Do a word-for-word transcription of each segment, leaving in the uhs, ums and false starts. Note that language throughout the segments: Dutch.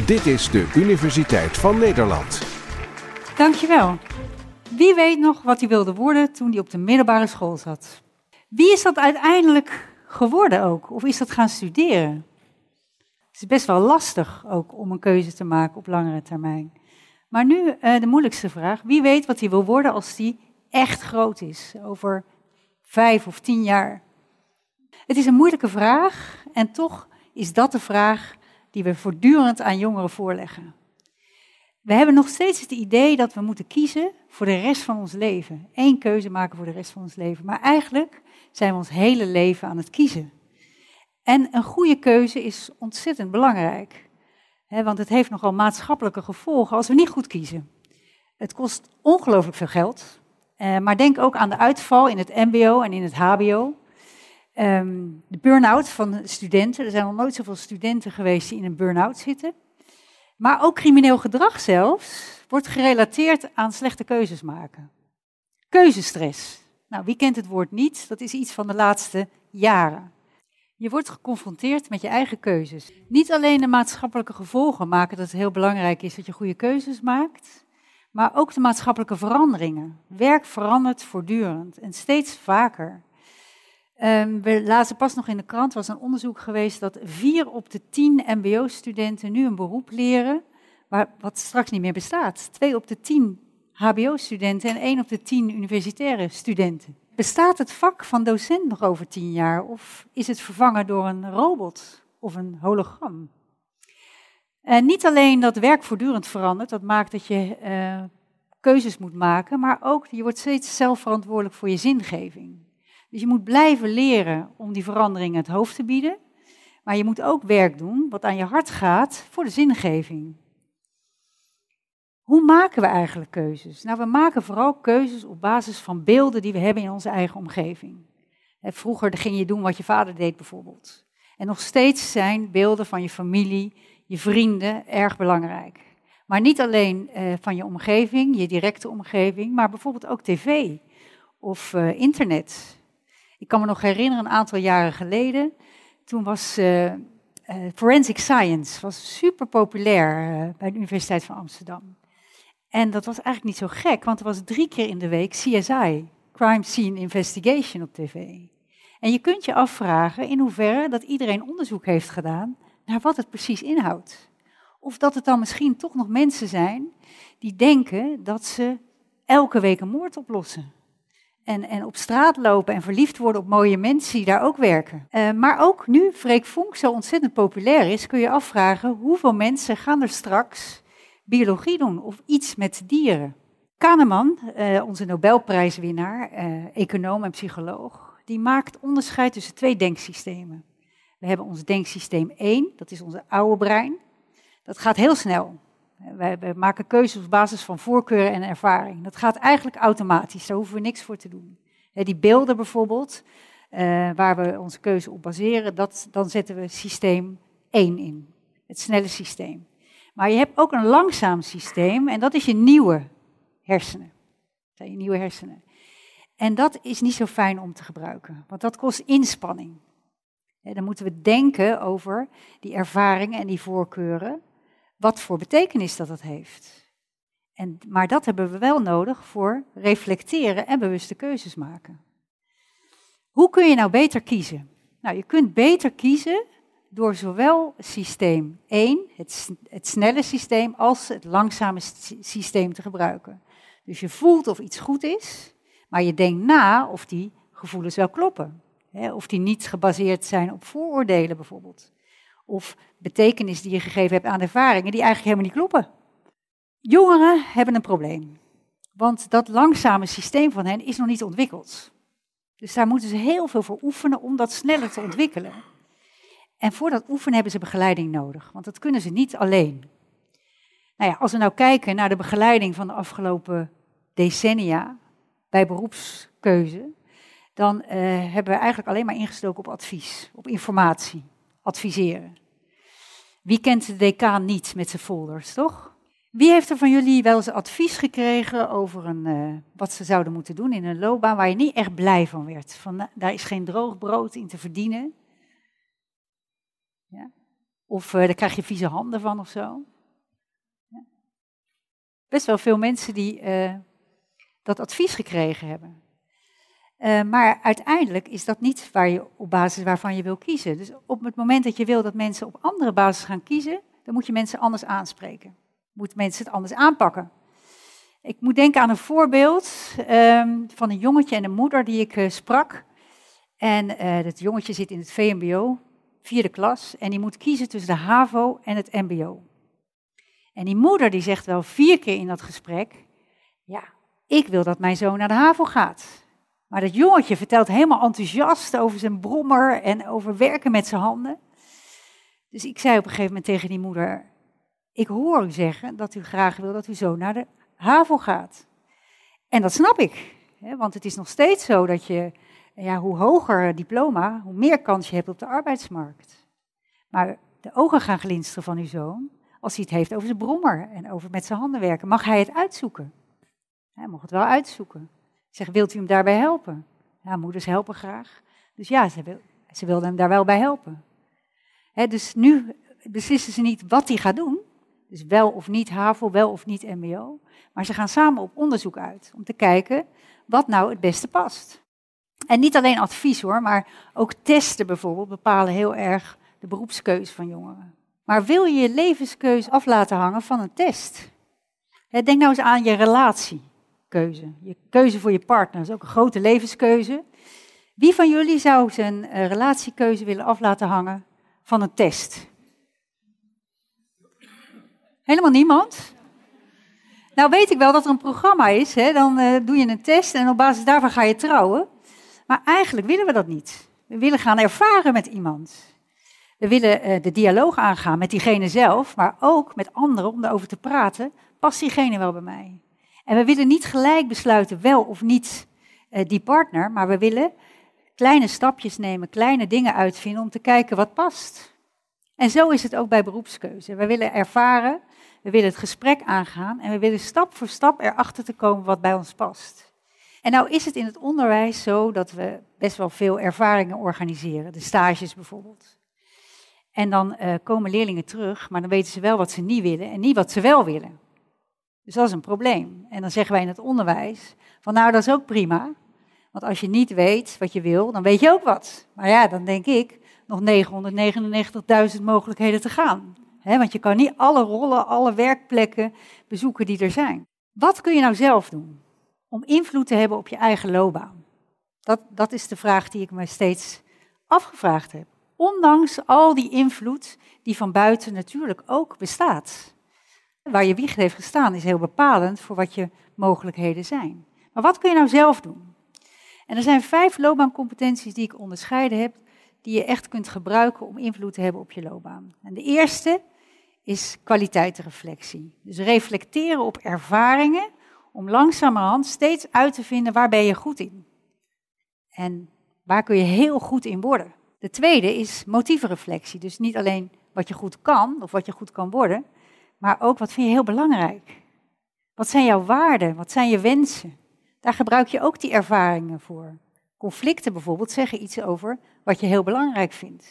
Dit is de Universiteit van Nederland. Dankjewel. Wie weet nog wat hij wilde worden toen hij op de middelbare school zat? Wie is dat uiteindelijk geworden ook? Of is dat gaan studeren? Het is best wel lastig ook om een keuze te maken op langere termijn. Maar nu uh, de moeilijkste vraag. Wie weet wat hij wil worden als hij echt groot is? Over vijf of tien jaar. Het is een moeilijke vraag en toch is dat de vraag die we voortdurend aan jongeren voorleggen. We hebben nog steeds het idee dat we moeten kiezen voor de rest van ons leven. Eén keuze maken voor de rest van ons leven. Maar eigenlijk zijn we ons hele leven aan het kiezen. En een goede keuze is ontzettend belangrijk. Hè, want het heeft nogal maatschappelijke gevolgen als we niet goed kiezen. Het kost ongelooflijk veel geld. Eh, maar denk ook aan de uitval in het mbo en in het hbo. Um, de burn-out van studenten. Er zijn nog nooit zoveel studenten geweest die in een burn-out zitten. Maar ook crimineel gedrag zelfs wordt gerelateerd aan slechte keuzes maken. Keuzestress. Nou, wie kent het woord niet? Dat is iets van de laatste jaren. Je wordt geconfronteerd met je eigen keuzes. Niet alleen de maatschappelijke gevolgen maken dat het heel belangrijk is dat je goede keuzes maakt, maar ook de maatschappelijke veranderingen. Werk verandert voortdurend en steeds vaker. Um, we lazen pas nog in de krant, was een onderzoek geweest dat vier op de tien mbo-studenten nu een beroep leren waar, wat straks niet meer bestaat. Twee op de tien hbo-studenten en één op de tien universitaire studenten. Bestaat het vak van docent nog over tien jaar of is het vervangen door een robot of een hologram? En niet alleen dat werk voortdurend verandert, dat maakt dat je uh, keuzes moet maken, maar ook je wordt steeds zelf verantwoordelijk voor je zingeving. Dus je moet blijven leren om die veranderingen het hoofd te bieden. Maar je moet ook werk doen wat aan je hart gaat voor de zingeving. Hoe maken we eigenlijk keuzes? Nou, we maken vooral keuzes op basis van beelden die we hebben in onze eigen omgeving. Vroeger ging je doen wat je vader deed bijvoorbeeld. En nog steeds zijn beelden van je familie, je vrienden erg belangrijk. Maar niet alleen uh, van je omgeving, je directe omgeving, maar bijvoorbeeld ook tv of uh, internet. Ik kan me nog herinneren, een aantal jaren geleden, toen was uh, uh, Forensic Science was super populair uh, bij de Universiteit van Amsterdam. En dat was eigenlijk niet zo gek, want er was drie keer in de week C S I, Crime Scene Investigation op tv. En je kunt je afvragen in hoeverre dat iedereen onderzoek heeft gedaan naar wat het precies inhoudt. Of dat het dan misschien toch nog mensen zijn die denken dat ze elke week een moord oplossen. En, en op straat lopen en verliefd worden op mooie mensen die daar ook werken. Uh, maar ook nu Freek Vonk zo ontzettend populair is, kun je afvragen hoeveel mensen gaan er straks biologie doen of iets met dieren. Kahneman, uh, onze Nobelprijswinnaar, uh, econoom en psycholoog, die maakt onderscheid tussen twee denksystemen. We hebben ons denksysteem één, dat is onze oude brein. Dat gaat heel snel. Wij, wij maken keuzes op basis van voorkeuren en ervaring. Dat gaat eigenlijk automatisch, daar hoeven we niks voor te doen. He, die beelden bijvoorbeeld, uh, waar we onze keuze op baseren, dat, dan zetten we systeem één in. Het snelle systeem. Maar je hebt ook een langzaam systeem en dat is je nieuwe hersenen. Dat zijn je nieuwe hersenen. En dat is niet zo fijn om te gebruiken, want dat kost inspanning. He, dan moeten we denken over die ervaringen en die voorkeuren. Wat voor betekenis dat dat heeft. En, maar dat hebben we wel nodig voor reflecteren en bewuste keuzes maken. Hoe kun je nou beter kiezen? Nou, je kunt beter kiezen door zowel systeem één, het, het snelle systeem, als het langzame systeem te gebruiken. Dus je voelt of iets goed is, maar je denkt na of die gevoelens wel kloppen. Hè, of die niet gebaseerd zijn op vooroordelen bijvoorbeeld. Of betekenis die je gegeven hebt aan ervaringen die eigenlijk helemaal niet kloppen. Jongeren hebben een probleem. Want dat langzame systeem van hen is nog niet ontwikkeld. Dus daar moeten ze heel veel voor oefenen om dat sneller te ontwikkelen. En voor dat oefenen hebben ze begeleiding nodig. Want dat kunnen ze niet alleen. Nou ja, als we nou kijken naar de begeleiding van de afgelopen decennia bij beroepskeuze, dan uh, hebben we eigenlijk alleen maar ingestoken op advies, op informatie. Adviseren. Wie kent de decaan niet met zijn folders, toch? Wie heeft er van jullie wel eens advies gekregen over een, uh, wat ze zouden moeten doen in een loopbaan waar je niet echt blij van werd? Van, nou, daar is geen droog brood in te verdienen. Ja? Of uh, daar krijg je vieze handen van of zo. Best wel veel mensen die uh, dat advies gekregen hebben. Uh, maar uiteindelijk is dat niet waar je, op basis waarvan je wil kiezen. Dus op het moment dat je wil dat mensen op andere basis gaan kiezen, dan moet je mensen anders aanspreken. Moet mensen het anders aanpakken. Ik moet denken aan een voorbeeld um, van een jongetje en een moeder die ik uh, sprak. En uh, dat jongetje zit in het V M B O, vierde klas, en die moet kiezen tussen de HAVO en het M B O. En die moeder die zegt wel vier keer in dat gesprek, ja, ik wil dat mijn zoon naar de HAVO gaat. Maar dat jongetje vertelt helemaal enthousiast over zijn brommer en over werken met zijn handen. Dus ik zei op een gegeven moment tegen die moeder, ik hoor u zeggen dat u graag wil dat uw zoon naar de HAVO gaat. En dat snap ik, hè, want het is nog steeds zo dat je, ja, hoe hoger diploma, hoe meer kans je hebt op de arbeidsmarkt. Maar de ogen gaan glinsteren van uw zoon als hij het heeft over zijn brommer en over met zijn handen werken. Mag hij het uitzoeken? Hij mag het wel uitzoeken. Ik zeg, wilt u hem daarbij helpen? Ja, moeders helpen graag. Dus ja, ze, wil, ze wilden hem daar wel bij helpen. He, dus nu beslissen ze niet wat hij gaat doen. Dus wel of niet HAVO, wel of niet M B O. Maar ze gaan samen op onderzoek uit. Om te kijken wat nou het beste past. En niet alleen advies hoor, maar ook testen bijvoorbeeld bepalen heel erg de beroepskeuze van jongeren. Maar wil je je levenskeuze af laten hangen van een test? He, denk nou eens aan je relatie. Keuze. Je keuze voor je partner is ook een grote levenskeuze. Wie van jullie zou zijn uh, relatiekeuze willen af laten hangen van een test? Helemaal niemand? Nou weet ik wel dat er een programma is, hè? Dan uh, doe je een test en op basis daarvan ga je trouwen. Maar eigenlijk willen we dat niet. We willen gaan ervaren met iemand. We willen uh, de dialoog aangaan met diegene zelf, maar ook met anderen om daarover te praten. Past diegene wel bij mij? En we willen niet gelijk besluiten wel of niet uh, die partner, maar we willen kleine stapjes nemen, kleine dingen uitvinden om te kijken wat past. En zo is het ook bij beroepskeuze. We willen ervaren, we willen het gesprek aangaan en we willen stap voor stap erachter te komen wat bij ons past. En nou is het in het onderwijs zo dat we best wel veel ervaringen organiseren, de stages bijvoorbeeld. En dan uh, komen leerlingen terug, maar dan weten ze wel wat ze niet willen en niet wat ze wel willen. Dus dat is een probleem. En dan zeggen wij in het onderwijs, van nou dat is ook prima. Want als je niet weet wat je wil, dan weet je ook wat. Maar ja, dan denk ik, nog negenhonderdnegenennegentigduizend mogelijkheden te gaan. He, want je kan niet alle rollen, alle werkplekken bezoeken die er zijn. Wat kun je nou zelf doen om invloed te hebben op je eigen loopbaan? Dat, dat is de vraag die ik me steeds afgevraagd heb. Ondanks al die invloed die van buiten natuurlijk ook bestaat. Waar je wieg heeft gestaan is heel bepalend voor wat je mogelijkheden zijn. Maar wat kun je nou zelf doen? En er zijn vijf loopbaancompetenties die ik onderscheiden heb, die je echt kunt gebruiken om invloed te hebben op je loopbaan. En de eerste is kwaliteitenreflectie. Dus reflecteren op ervaringen om langzamerhand steeds uit te vinden waar ben je goed in. En waar kun je heel goed in worden. De tweede is motievenreflectie. Dus niet alleen wat je goed kan of wat je goed kan worden, maar ook wat vind je heel belangrijk. Wat zijn jouw waarden? Wat zijn je wensen? Daar gebruik je ook die ervaringen voor. Conflicten bijvoorbeeld zeggen iets over wat je heel belangrijk vindt.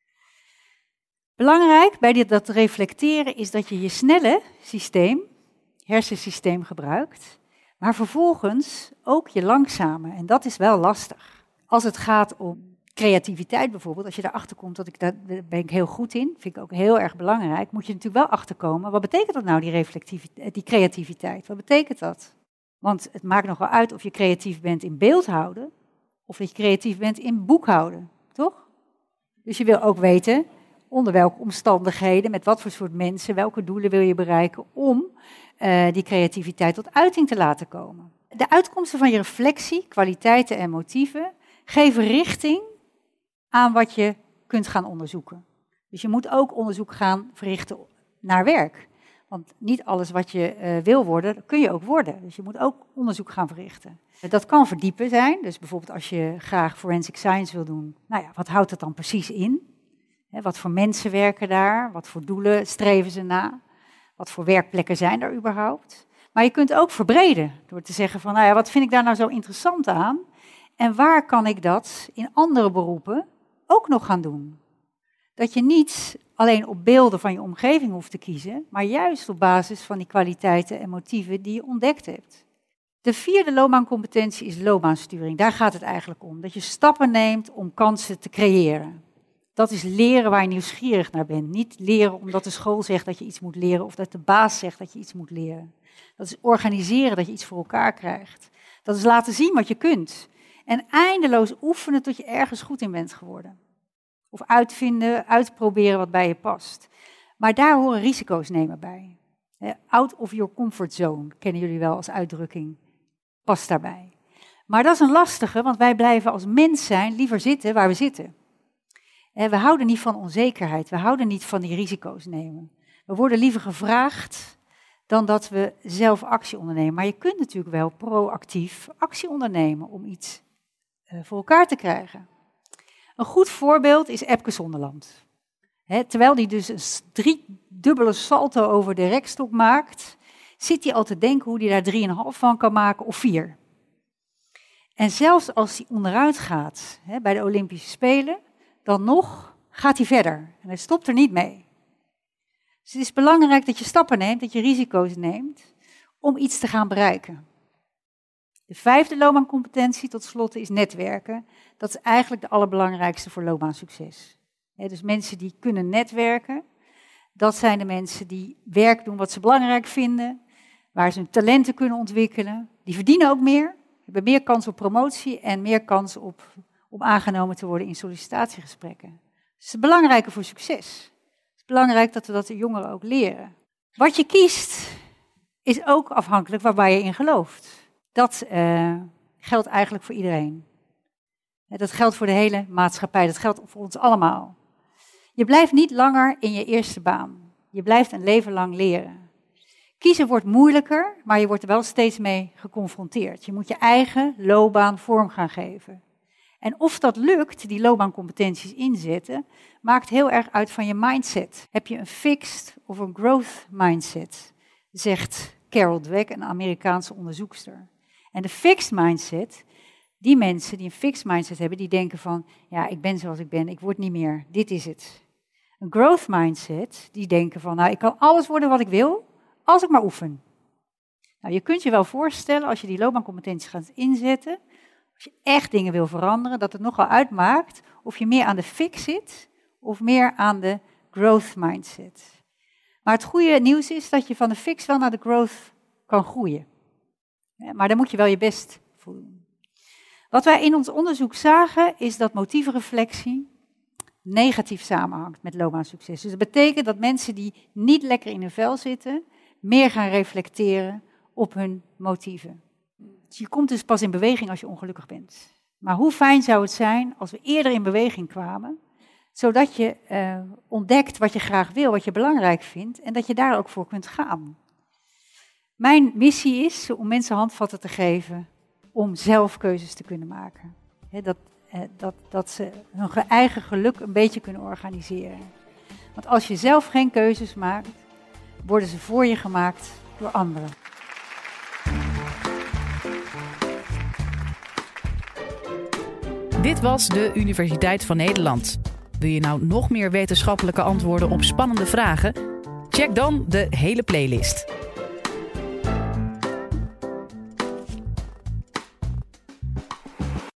Belangrijk bij dit, dat reflecteren is dat je je snelle systeem, hersensysteem gebruikt, maar vervolgens ook je langzame. En dat is wel lastig. Als het gaat om creativiteit bijvoorbeeld, als je daarachter komt, dat ik, daar ben ik heel goed in, vind ik ook heel erg belangrijk, moet je natuurlijk wel achterkomen. Wat betekent dat nou, die, reflectiviteit, die creativiteit? Wat betekent dat? Want het maakt nog wel uit of je creatief bent in beeldhouden, of dat je creatief bent in boekhouden, toch? Dus je wil ook weten onder welke omstandigheden, met wat voor soort mensen, welke doelen wil je bereiken om uh, die creativiteit tot uiting te laten komen. De uitkomsten van je reflectie, kwaliteiten en motieven geven richting aan wat je kunt gaan onderzoeken. Dus je moet ook onderzoek gaan verrichten naar werk. Want niet alles wat je uh, wil worden, kun je ook worden. Dus je moet ook onderzoek gaan verrichten. Dat kan verdiepen zijn. Dus bijvoorbeeld als je graag forensic science wil doen. Nou ja, wat houdt dat dan precies in? He, wat voor mensen werken daar? Wat voor doelen streven ze na? Wat voor werkplekken zijn er überhaupt? Maar je kunt ook verbreden. Door te zeggen van, nou ja, wat vind ik daar nou zo interessant aan? En waar kan ik dat in andere beroepen ook nog gaan doen? Dat je niet alleen op beelden van je omgeving hoeft te kiezen, maar juist op basis van die kwaliteiten en motieven die je ontdekt hebt. De vierde loopbaancompetentie is loopbaansturing. Daar gaat het eigenlijk om. Dat je stappen neemt om kansen te creëren. Dat is leren waar je nieuwsgierig naar bent. Niet leren omdat de school zegt dat je iets moet leren of dat de baas zegt dat je iets moet leren. Dat is organiseren dat je iets voor elkaar krijgt. Dat is laten zien wat je kunt. En eindeloos oefenen tot je ergens goed in bent geworden. Of uitvinden, uitproberen wat bij je past. Maar daar horen risico's nemen bij. Out of your comfort zone, kennen jullie wel als uitdrukking. Past daarbij. Maar dat is een lastige, want wij blijven als mens zijn liever zitten waar we zitten. We houden niet van onzekerheid, we houden niet van die risico's nemen. We worden liever gevraagd dan dat we zelf actie ondernemen. Maar je kunt natuurlijk wel proactief actie ondernemen om iets voor elkaar te krijgen. Een goed voorbeeld is Epke Zonderland. He, terwijl hij dus een driedubbele salto over de rekstok maakt, zit hij al te denken hoe hij daar drieënhalf van kan maken of vier. En zelfs als hij onderuit gaat he, bij de Olympische Spelen, dan nog gaat hij verder. En hij stopt er niet mee. Dus het is belangrijk dat je stappen neemt, dat je risico's neemt om iets te gaan bereiken. De vijfde loopbaancompetentie tot slot is netwerken. Dat is eigenlijk de allerbelangrijkste voor loopbaansucces. He, dus mensen die kunnen netwerken, dat zijn de mensen die werk doen wat ze belangrijk vinden, waar ze hun talenten kunnen ontwikkelen. Die verdienen ook meer, hebben meer kans op promotie en meer kans op, om aangenomen te worden in sollicitatiegesprekken. Dus het is belangrijk voor succes. Het is belangrijk dat we dat de jongeren ook leren. Wat je kiest is ook afhankelijk waar je in gelooft. Dat uh, geldt eigenlijk voor iedereen. Dat geldt voor de hele maatschappij, dat geldt voor ons allemaal. Je blijft niet langer in je eerste baan. Je blijft een leven lang leren. Kiezen wordt moeilijker, maar je wordt er wel steeds mee geconfronteerd. Je moet je eigen loopbaan vorm gaan geven. En of dat lukt, die loopbaancompetenties inzetten, maakt heel erg uit van je mindset. Heb je een fixed of een growth mindset, zegt Carol Dweck, een Amerikaanse onderzoekster. En de fixed mindset, die mensen die een fixed mindset hebben, die denken van, ja, ik ben zoals ik ben, ik word niet meer, dit is het. Een growth mindset, die denken van, nou, ik kan alles worden wat ik wil, als ik maar oefen. Nou, je kunt je wel voorstellen, als je die loopbaancompetenties gaat inzetten, als je echt dingen wil veranderen, dat het nogal uitmaakt of je meer aan de fix zit, of meer aan de growth mindset. Maar het goede nieuws is dat je van de fix wel naar de growth kan groeien. Maar daar moet je wel je best voor doen. Wat wij in ons onderzoek zagen, is dat motievenreflectie negatief samenhangt met loopbaansucces. Dus dat betekent dat mensen die niet lekker in hun vel zitten, meer gaan reflecteren op hun motieven. Dus je komt dus pas in beweging als je ongelukkig bent. Maar hoe fijn zou het zijn als we eerder in beweging kwamen, zodat je uh, ontdekt wat je graag wil, wat je belangrijk vindt, en dat je daar ook voor kunt gaan. Mijn missie is om mensen handvatten te geven om zelf keuzes te kunnen maken. He, dat, eh, dat, dat ze hun eigen geluk een beetje kunnen organiseren. Want als je zelf geen keuzes maakt, worden ze voor je gemaakt door anderen. Dit was de Universiteit van Nederland. Wil je nou nog meer wetenschappelijke antwoorden op spannende vragen? Check dan de hele playlist.